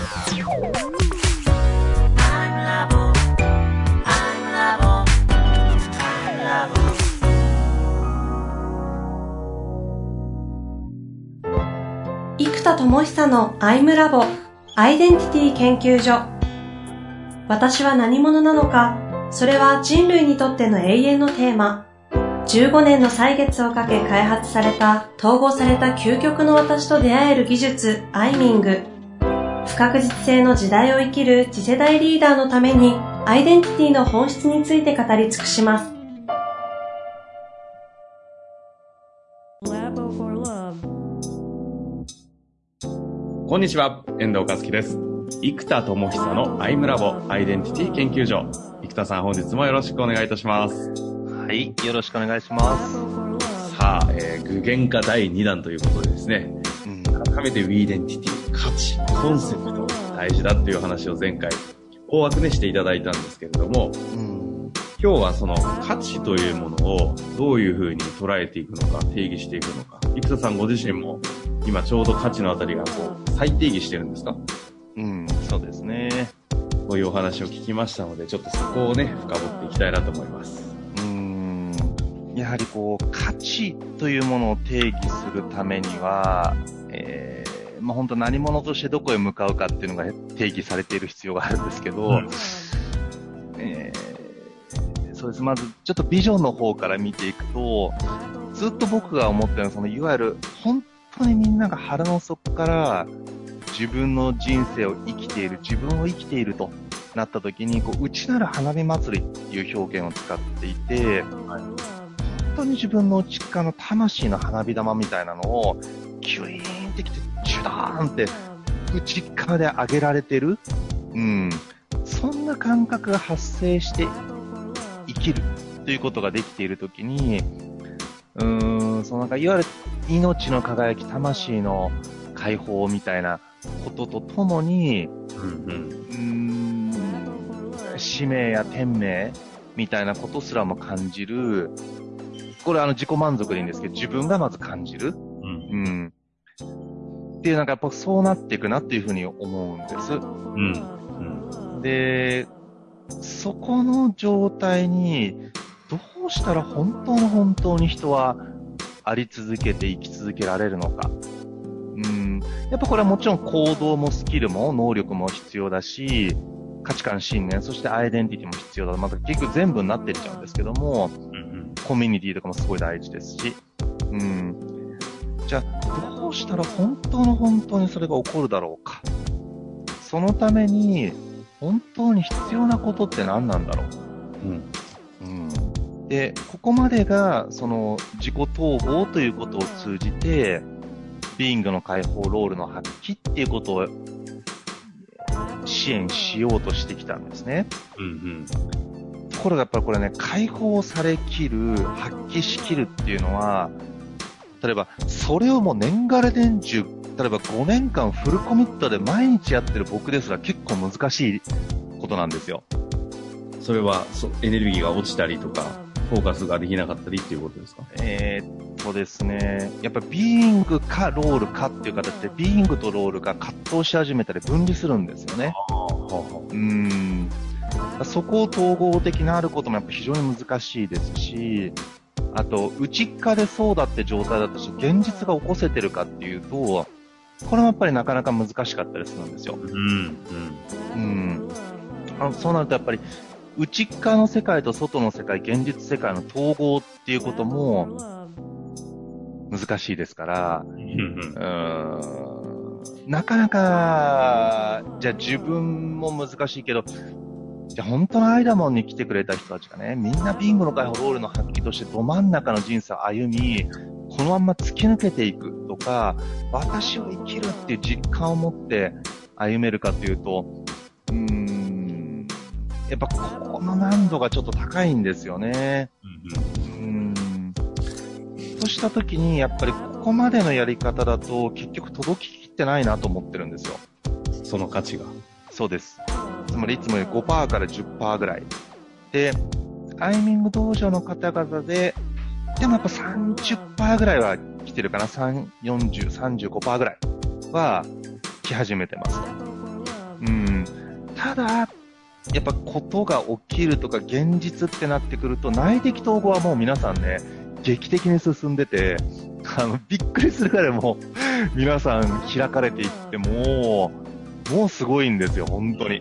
生田智久のアイムラボアイデンティティ研究所。私は何者なのか、それは人類にとっての永遠のテーマ。15年の歳月をかけ開発された統合された究極の私と出会える技術アイミング。不確実性の時代を生きる次世代リーダーのためにアイデンティティの本質について語り尽くします。 こんにちは、遠藤和樹です。生田智久のアイムラボアイデンティティ研究所。生田さん、本日もよろしくお願いいたします。 はい、よろしくお願いします。 さあ、具現化第2弾ということでですね、改めてウィーデンティティ、価値、コンセプト大事だっていう話を前回大枠でしていただいたんですけれども、今日はその価値というものをどういうふうに捉えていくのか、定義していくのか。生田さんご自身も今ちょうど価値のあたりが再定義してるんですか？ そうですね。 こういうお話を聞きましたので、ちょっとそこをね、深掘っていきたいなと思います。 やはり価値というものを定義するためには、本当何者としてどこへ向かうかっていうのが定義されている必要があるんですけど、そうです。まずちょっとビジョンの方から見ていくと、ずっと僕が思ってるのは、いわゆる本当にみんなが腹の底から自分の人生を生きている、自分を生きているとなった時に、内なる花火祭りっていう表現を使っていて、本当に自分の内側の魂の花火玉みたいなのをキュイーンってきて、チュダーンって内側で上げられてる、そんな感覚が発生して生きるということができているときに、いわゆる命の輝き、魂の解放みたいなこととともに、使命や天命みたいなことすらも感じる。これ自己満足でいいんですけど、自分がまず感じる。っていうやっぱそうなっていくなっていうふうに思うんです。で、そこの状態にどうしたら本当に人はあり続けて生き続けられるのか。やっぱこれはもちろん行動もスキルも能力も必要だし、価値観信念、そしてアイデンティティも必要だ。また結局全部になっていっちゃうんですけども、コミュニティとかもすごい大事ですし、じゃあどうしたら本当にそれが起こるだろうか。そのために本当に必要なことって何なんだろう。で、ここまでがその自己統合ということを通じて、ビーイングの解放、ロールの発揮っていうことを支援しようとしてきたんですね。ところがやっぱりこれね、解放されきる、発揮しきるっていうのは、例えばそれをもう年がら年中、例えば5年間フルコミットで毎日やってる僕ですら結構難しいことなんですよ。 それはエネルギーが落ちたりとか、フォーカスができなかったりっていうことですか？ ですね。やっぱビーイングかロールかっていう形で、ビーイングとロールが葛藤し始めたり分離するんですよね。そこを統合的になることもやっぱ非常に難しいですし、あと内側でそうだって状態だとして、現実が起こせてるかっていうと、これもやっぱりなかなか難しかったりするんですよ。そうなるとやっぱり内側の世界と外の世界、現実世界の統合っていうことも難しいですから、なかなか、じゃあ自分も難しいけど、じゃあ本当のアイダモンに来てくれた人たちがね、みんなビンゴの解放ロールの発揮としてど真ん中の人生を歩み、このまんま突き抜けていくとか、私を生きるっていう実感を持って歩めるかというと、やっぱこの難度がちょっと高いんですよね。そうしたときにやっぱりここまでのやり方だと結局届ききってないなと思ってるんですよ。 その価値が。 そうです。つまりいつもより 5% から 10% ぐらい。で、アイミング道場の方々でもやっぱ 30% ぐらいは来てるかな。40、35% ぐらいは来始めてます。 ただ、やっぱことが起きるとか現実ってなってくると、内的統合はもう皆さんね、劇的に進んでて、びっくりするくらいもう、皆さん開かれていって、もうすごいんですよ、本当に。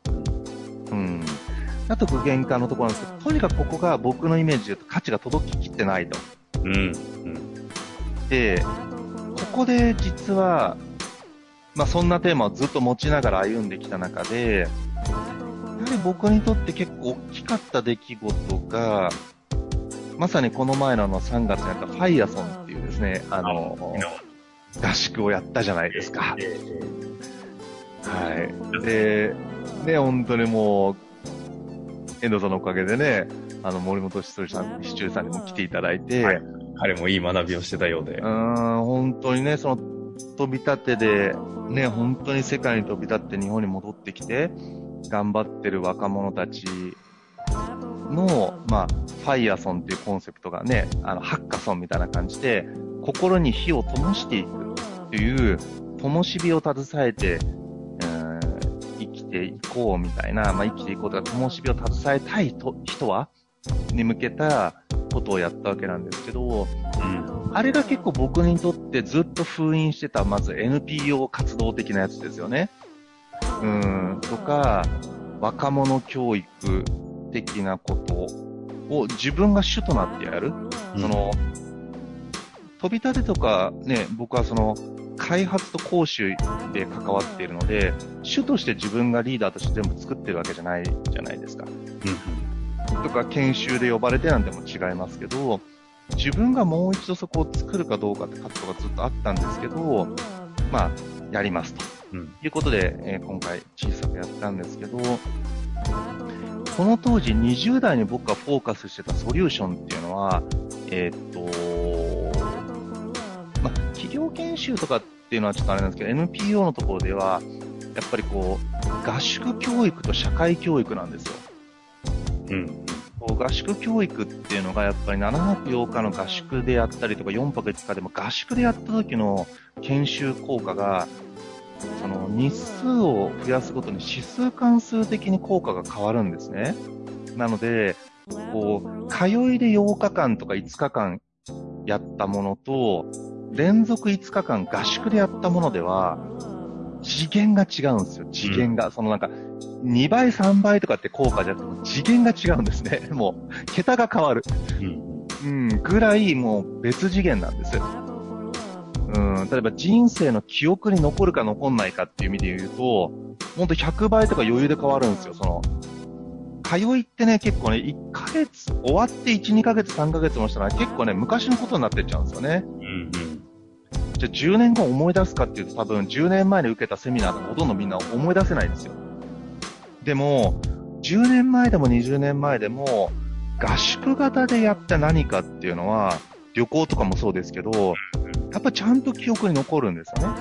あと具現化のところなんですけど、とにかくここが僕のイメージで言うと価値が届ききってないと。で、ここで実は、そんなテーマをずっと持ちながら歩んできた中で、やはり僕にとって結構大きかった出来事が、まさにこの前の3月にやったファイアソンっていうですね、合宿をやったじゃないですか。はい。で、ね、本当にもう、遠藤さんのおかげでね、森本シチューさんにも来ていただいて、はい、 彼もいい学びをしてたようで。 本当にね、その、飛び立てで、ね、本当に世界に飛び立って日本に戻ってきて、頑張ってる若者たちの、ファイアソンっていうコンセプトがね、ハッカソンみたいな感じで、心に火を灯していくっていう、灯火を携えて、生きていこうみたいな、生きていこうとか、灯火を携えたい人は、に向けたことをやったわけなんですけど、あれが結構僕にとってずっと封印してた、まず NPO 活動的なやつですよね。とか、若者教育的なことを自分が主となってやる。飛び立てとかね、僕は開発と講習で関わっているので、主として自分がリーダーとして全部作ってるわけじゃないじゃないですか。とか、研修で呼ばれてなんても違いますけど、自分がもう一度そこを作るかどうかって活動がずっとあったんですけど、やりますと。いうことで、今回小さくやったんですけど、この当時20代に僕がフォーカスしてたソリューションっていうのは、企業研修とかっていうのはちょっとあれなんですけど、NPO のところでは、やっぱり合宿教育と社会教育なんですよ。合宿教育っていうのがやっぱり7泊8日の合宿でやったりとか4泊5日でも合宿でやった時の研修効果が、その日数を増やすごとに指数関数的に効果が変わるんですね。なので、通いで8日間とか5日間やったものと、連続5日間合宿でやったものでは、次元が違うんですよ、次元が。2倍、3倍とかって効果じゃなくて、次元が違うんですね。もう、桁が変わる。ぐらい、もう別次元なんです。例えば人生の記憶に残るか残んないかっていう意味で言うと、ほんと100倍とか余裕で変わるんですよ。通いってね、結構ね、1ヶ月、終わって1、2ヶ月、3ヶ月もしたら結構ね、昔のことになってっちゃうんですよね。じゃあ10年後思い出すかっていうと多分10年前に受けたセミナーでもほとんどみんな思い出せないんですよ。でも、10年前でも20年前でも、合宿型でやった何かっていうのは、旅行とかもそうですけど、やっぱちゃんと記憶に残るんですよね。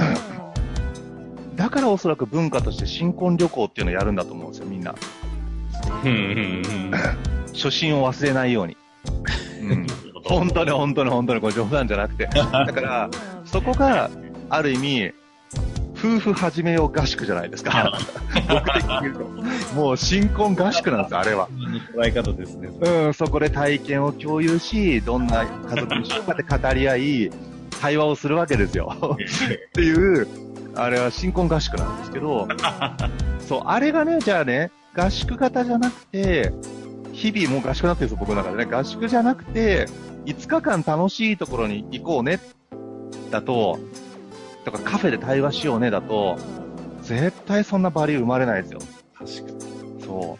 だからおそらく文化として新婚旅行っていうのをやるんだと思うんですよ、みんな。初心を忘れないように。本当にこれ冗談じゃなくて。だから、そこが、ある意味、夫婦始めよう合宿じゃないですか。僕的に言うと。もう新婚合宿なんですよ、あれは。 捉え方ですね。 そこで体験を共有し、どんな家族にしようかって語り合い、対話をするわけですよ。っていう、あれは新婚合宿なんですけど、そう、あれがね、じゃあね、合宿型じゃなくて、日々もう合宿になってるんですよ、僕の中でね。合宿じゃなくて、5日間楽しいところに行こうね、だと、とかカフェで対話しようね、だと、絶対そんなバリュー生まれないですよ。 確かに。 そう。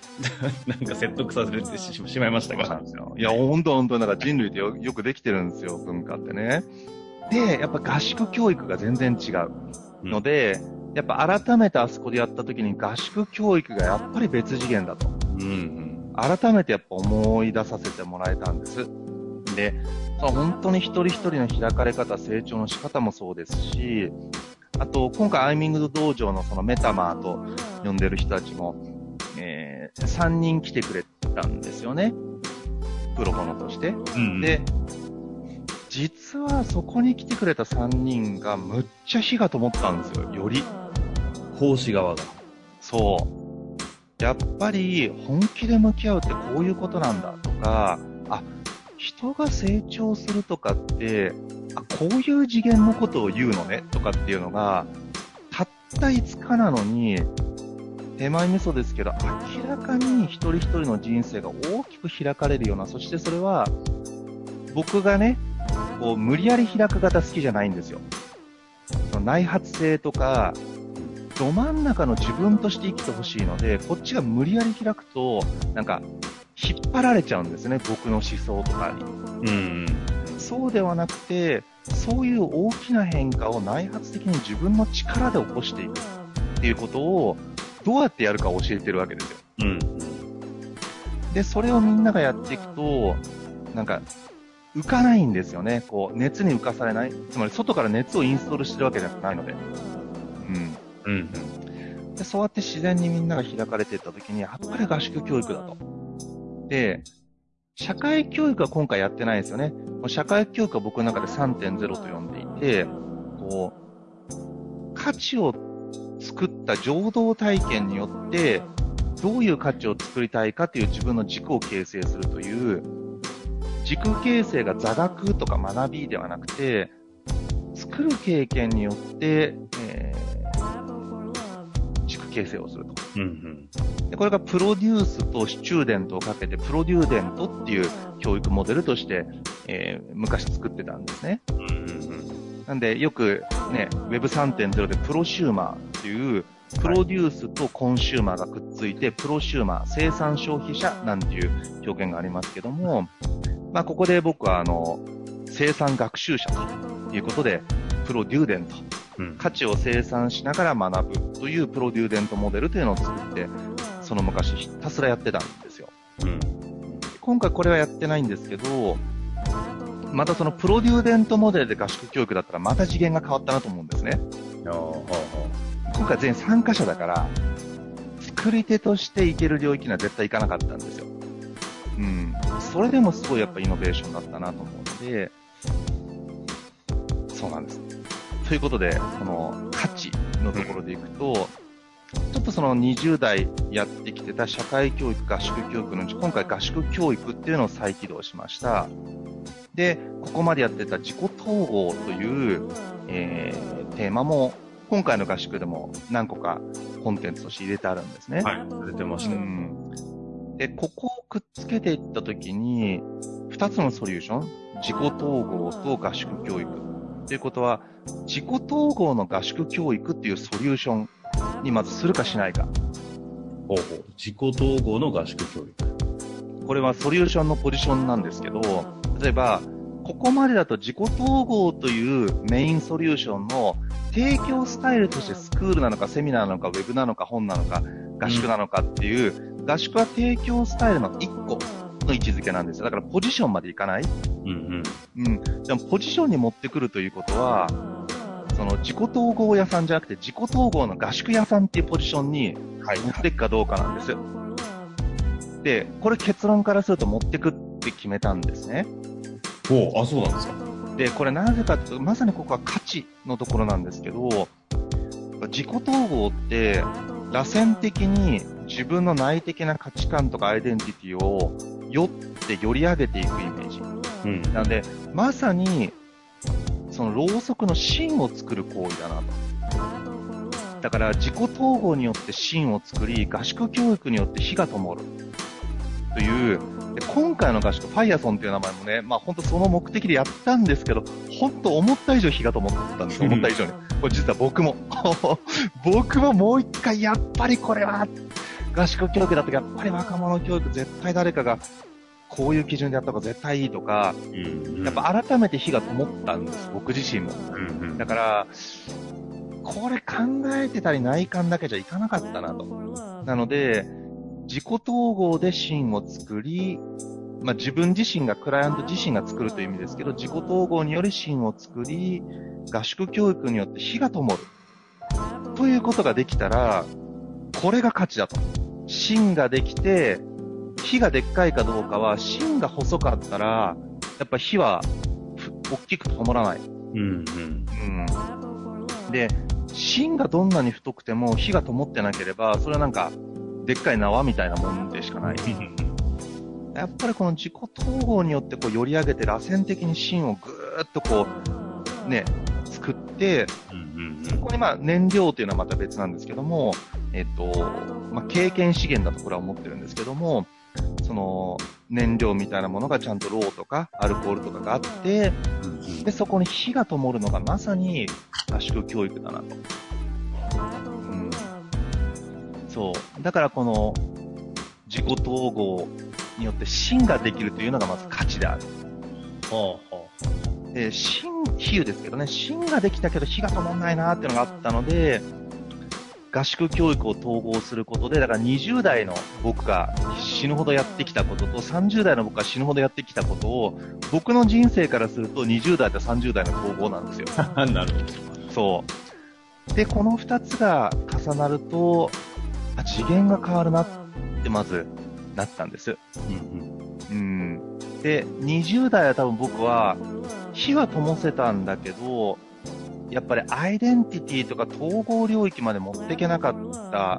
なんか説得されてしまいましたが。 そうなんですよ。いや、本当なんか人類ってよくできてるんですよ、文化ってね。で、やっぱ合宿教育が全然違うので、やっぱ改めてあそこでやった時に合宿教育がやっぱり別次元だと。改めてやっぱ思い出させてもらえたんです。で、本当に一人一人の開かれ方、成長の仕方もそうですし、あと、今回アイミング道場のそのメタマーと呼んでる人たちも、3人来てくれたんですよね。プロボノとして。で、実はそこに来てくれた3人がむっちゃ火が灯ったんですよ、より。 奉仕側が。 そう。やっぱり本気で向き合うってこういうことなんだとか、人が成長するとかって、こういう次元のことを言うのねとかっていうのが、たった5日なのに、手前味噌ですけど、明らかに一人一人の人生が大きく開かれるような、そしてそれは、僕がね、こう無理やり開く型好きじゃないんですよ。内発性とか、ど真ん中の自分として生きてほしいので、こっちが無理やり開くと、なんか、引っ張られちゃうんですね、僕の思想とかに。そうではなくて、そういう大きな変化を内発的に自分の力で起こしていくっていうことを、どうやってやるか教えてるわけですよ。で、それをみんながやっていくと、なんか、浮かないんですよね。こう、熱に浮かされない。つまり、外から熱をインストールしてるわけじゃないので。で、そうやって自然にみんなが開かれていったときに、やっぱり合宿教育だと。で、社会教育は今回やってないですよね。社会教育は僕の中で 3.0 と呼んでいて、こう、価値を作った情動体験によって、どういう価値を作りたいかという自分の軸を形成するという、軸形成が座学とか学びではなくて、作る経験によって、軸形成をすると。でこれがプロデュースとスチューデントをかけてプロデューデントっていう教育モデルとして、昔作ってたんですね。なんでよくね、Web3.0 でプロシューマーっていうプロデュースとコンシューマーがくっついて、プロシューマー、生産消費者なんていう表現がありますけども、ここで僕は生産学習者ということで、プロデューデント、価値を生産しながら学ぶというプロデューデントモデルというのを作って、その昔ひたすらやってたんですよ。今回これはやってないんですけど、またそのプロデューデントモデルで合宿教育だったらまた次元が変わったなと思うんですね。今回全員参加者だから、作り手としていける領域には絶対いかなかったんですよ。それでもすごいやっぱイノベーションだったなと思うので、そうなんです。ということで、この価値のところでいくと、ちょっとその20代やってきてた社会教育、合宿教育のうち、今回合宿教育っていうのを再起動しました。で、ここまでやってた自己統合という、テーマも、今回の合宿でも何個かコンテンツとして入れてあるんですね。 出てました。 で、ここをくっつけていったときに、2つのソリューション、自己統合と合宿教育。ということは、自己統合の合宿教育っていうソリューションにまずするかしないか。 自己統合の合宿教育。 これはソリューションのポジションなんですけど、例えば、ここまでだと自己統合というメインソリューションの提供スタイルとしてスクールなのかセミナーなのかウェブなのか本なのか合宿なのかっていう、合宿は提供スタイルの1個の位置づけなんですよ。だからポジションまでいかない。でもポジションに持ってくるということは、その自己統合屋さんじゃなくて自己統合の合宿屋さんっていうポジションに持っていくかどうかなんですよ。で、これ結論からすると持ってくって決めたんですね。 そうなんですか。 で、これなぜかというと、まさにここは価値のところなんですけど、自己統合って螺旋的に自分の内的な価値観とかアイデンティティを寄って寄り上げていくイメージ。なので、まさにそのろうそくの芯を作る行為だなと。だから自己統合によって芯を作り、合宿教育によって火が灯るという。で今回の合宿、ファイアソンという名前もね、本当その目的でやったんですけど、本当思った以上火が灯ったんですよ、思った以上に。これ実は僕も。僕ももう一回、やっぱりこれは、合宿教育だとやっぱり若者教育絶対誰かがこういう基準でやった方が絶対いいとか、やっぱ改めて火が灯ったんです、僕自身も。だから、これ考えてたり内観だけじゃいかなかったなと。なので、自己統合で芯を作り、自分自身が、クライアント自身が作るという意味ですけど、自己統合により芯を作り、合宿教育によって火が灯る。ということができたら、これが価値だと。芯ができて、火がでっかいかどうかは、芯が細かったら、やっぱ火は大きく灯らない。で、 芯がどんなに太くても火が灯ってなければ、それはなんか、でっかい縄みたいなもんでしかない。やっぱりこの自己統合によってこう寄り上げて螺旋的に芯をぐーっとこう、ね、作って、そこにまあ燃料というのはまた別なんですけども、まあ、経験資源だとこれは思ってるんですけども、その燃料みたいなものがちゃんとロウとかアルコールとかがあって、で、そこに火が灯るのがまさに合宿教育だなと。そう。だからこの自己統合によって芯ができるというのがまず価値である。で、比喩ですけどね、芯ができたけど火が灯らないなっていうのがあったので、合宿教育を統合することで、だから20代の僕が死ぬほどやってきたことと30代の僕が死ぬほどやってきたことを、僕の人生からすると20代と30代の統合なんですよ。 なるほど。 そう。で、この2つが重なると、次元が変わるなってまずなったんです。で、20代は多分僕は火は灯せたんだけど、やっぱりアイデンティティとか統合領域まで持っていけなかった、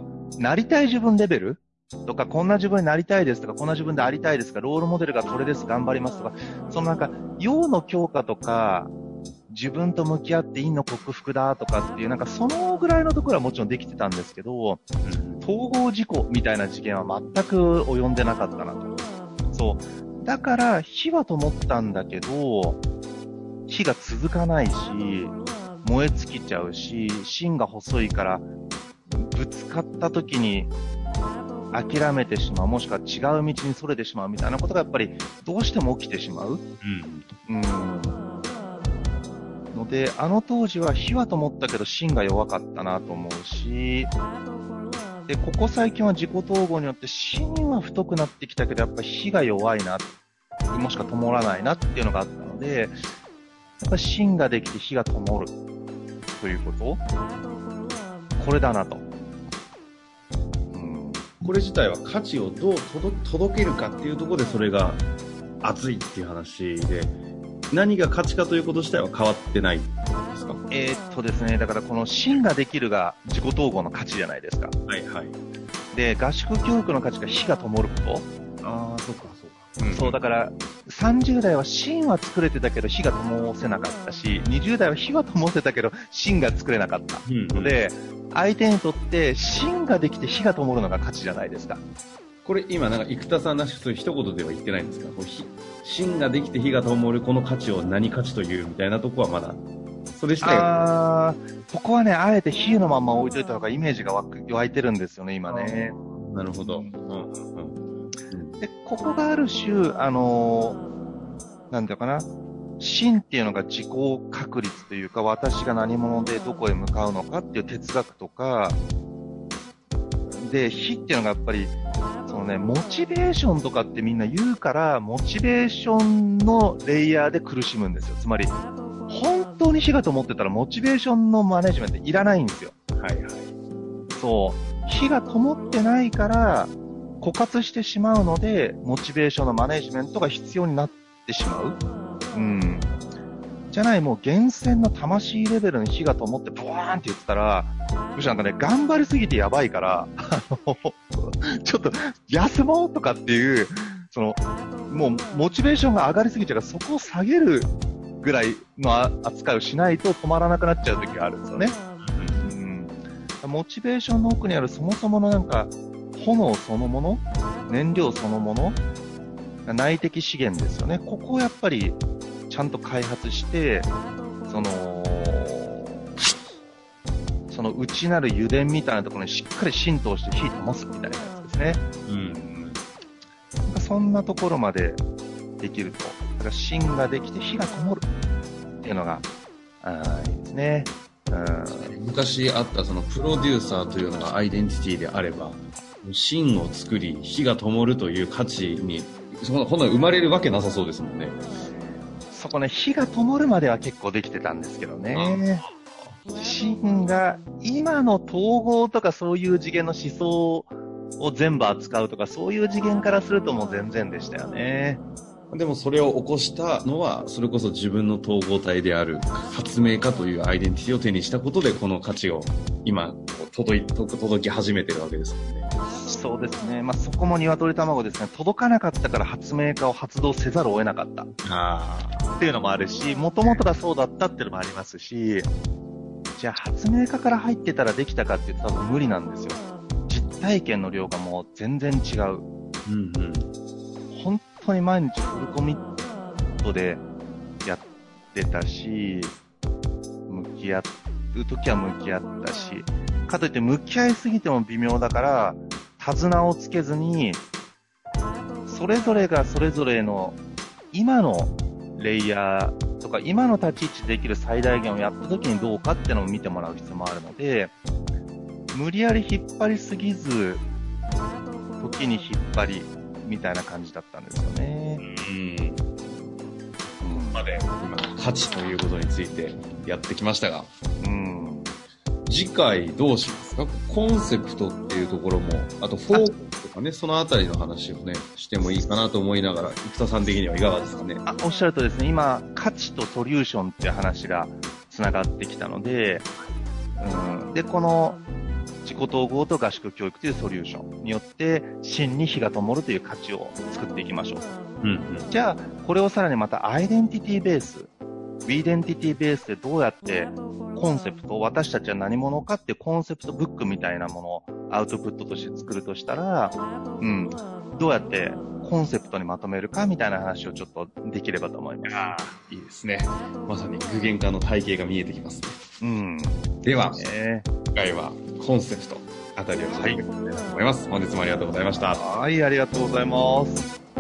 なりたい自分レベルとか、こんな自分になりたいですとか、こんな自分でありたいですとか、ロールモデルがこれです、頑張りますとか、そのなんか、陽の強化とか、自分と向き合って陰の克服だとかっていう、なんかそのぐらいのところはもちろんできてたんですけど、統合事故みたいな事件は全く及んでなかったなと。そう。だから、火は灯ったんだけど、火が続かないし、燃え尽きちゃうし、芯が細いから、ぶつかった時に諦めてしまう、もしくは違う道にそれてしまうみたいなことがやっぱりどうしても起きてしまう。ので、あの当時は火は灯ったけど芯が弱かったなと思うし、で、ここ最近は自己統合によって芯は太くなってきたけど、やっぱり火が弱いな、もしくは灯らないなっていうのがあったので、やっぱり芯ができて火が灯るということこれだなと。 これ自体は価値をどう届けるかっていうところでそれが熱いっていう話で、何が価値かということ自体は変わってないですか？ ですね、だからこの芯ができるが自己統合の価値じゃないですか。 はいはい。 で、合宿教育の価値が火が灯ること。 ああ、そうか。 そうだから30代は芯は作れてたけど火が灯せなかったし、20代は火は灯せたけど芯が作れなかったので、相手にとって芯ができて火が灯るのが価値じゃないですか。 これ今なんか生田さんらしく一言では言ってないんですか？芯ができて火が灯るこの価値を何価値というみたいなとこはまだそれ自体が。 ここはね、あえて比喩のまま置いといた方がイメージが湧いてるんですよね、今ね。 なるほど。 で、ここがある種、なんていうかな、芯っていうのが自己確立というか、私が何者でどこへ向かうのかっていう哲学とか、で、火っていうのがやっぱり、そのね、モチベーションとかってみんな言うから、モチベーションのレイヤーで苦しむんですよ。つまり、本当に火が灯ってたらモチベーションのマネジメントいらないんですよ。 はいはい。 そう。火が灯ってないから、枯渇してしまうので、モチベーションのマネジメントが必要になってしまう。じゃない、もう源泉の魂レベルに火が灯ってブワーンって言ってたら、むしろなんかね、頑張りすぎてやばいから、ちょっと休もうとかっていう、もうモチベーションが上がりすぎちゃうから、そこを下げるぐらいの扱いをしないと止まらなくなっちゃう時があるんですよね。モチベーションの奥にあるそもそものなんか、炎そのもの、燃料そのもの、内的資源ですよね。ここをやっぱりちゃんと開発して、その内なる油田みたいなところにしっかり浸透して火灯すみたいなやつですね。そんなところまでできると。だから芯ができて火が灯るっていうのがいいですね。 昔あったそのプロデューサーというのがアイデンティティであれば、芯を作り火が灯るという価値にそんな生まれるわけなさそうですもんね。 そこね、火が灯るまでは結構できてたんですけどね。芯が今の統合とかそういう次元の思想を全部扱うとかそういう次元からするともう全然でしたよね。 でもそれを起こしたのは、それこそ自分の統合体である発明家というアイデンティティを手にしたことで、この価値を今届き始めてるわけですもんね。 そうですね。まあ、そこも鶏卵ですね。届かなかったから発明家を発動せざるを得なかった。っていうのもあるし、もともとがそうだったっていうのもありますし、じゃあ発明家から入ってたらできたかって言ったら多分無理なんですよ。実体験の量がもう全然違う。 うんうん。 本当に毎日フルコミットでやってたし、向き合うときは向き合ったし、かといって向き合いすぎても微妙だから、手綱をつけずに、それぞれがそれぞれの今のレイヤーとか今の立ち位置できる最大限をやったときにどうかっていうのを見てもらう必要もあるので、無理やり引っ張りすぎず、時に引っ張りみたいな感じだったんですよね。 ここまで今価値ということについてやってきましたが、次回どうしますか？コンセプトっていうところも、あとフォークとかね、そのあたりの話をね、してもいいかなと思いながら、生田さん的にはいかがですかね？ おっしゃるとですね、今、価値とソリューションっていう話が繋がってきたので、で、この自己統合と合宿教育というソリューションによって、真に火が灯るという価値を作っていきましょう。じゃあ、これをさらにまたアイデンティティベース、ウィーデンティティベースでどうやってコンセプト、私たちは何者かっていうコンセプトブックみたいなものをアウトプットとして作るとしたら、どうやってコンセプトにまとめるかみたいな話をちょっとできればと思います。 いいですね。まさに具現化の体系が見えてきますね。では、今回はコンセプトあたりをしていきたいと思います。本日もありがとうございました。 はい、ありがとうございます。